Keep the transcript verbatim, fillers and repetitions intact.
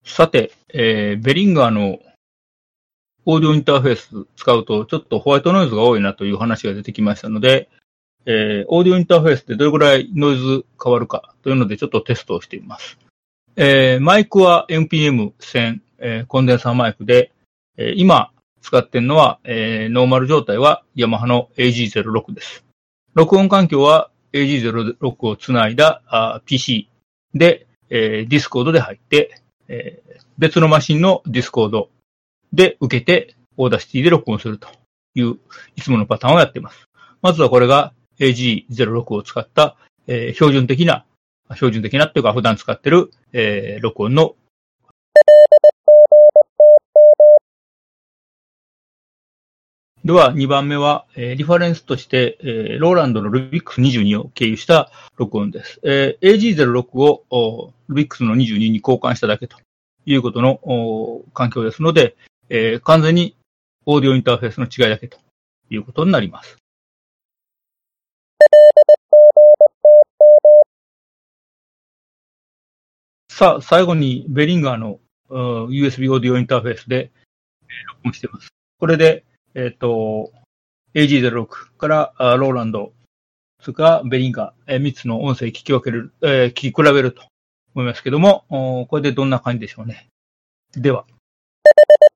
さて、えーベリンガーのオーディオインターフェース使うとちょっとホワイトノイズが多いなという話が出てきましたので、えーオーディオインターフェースでどれくらいノイズ変わるかというのでちょっとテストをしています。えーマイクは エムピーエムせん、えーコンデンサーマイクで、えー今使っているのは、えーノーマル状態はヤマハの エージーゼロろく です。録音環境は エージーゼロろく をつないだあ ピーシー で、えー、ディスコードで入って、えー別のマシンのディスコードで受けて、オーダーシティで録音するという、いつものパターンをやっています。まずはこれが エージーゼロろく を使った、えー標準的な、標準的なっていうか普段使っている、えー録音のでは、にばんめは、えーリファレンスとして、えーローランドの ルビックスにじゅうに を経由した録音です。えー エージーゼロろく をおルビックスのにじゅうにに交換しただけということのお環境ですので、えー完全にオーディオインターフェースの違いだけということになります。さあ、最後にベリンガーのうん ユーエスビー オーディオインターフェースでえー録音しています。これで、えっ、と、エージーゼロろく からあローランド、それからベリンガー、えー、みっつの音声聞き分ける、えー聞き比べると思いますけども、おこれでどんな感じでしょうね。では。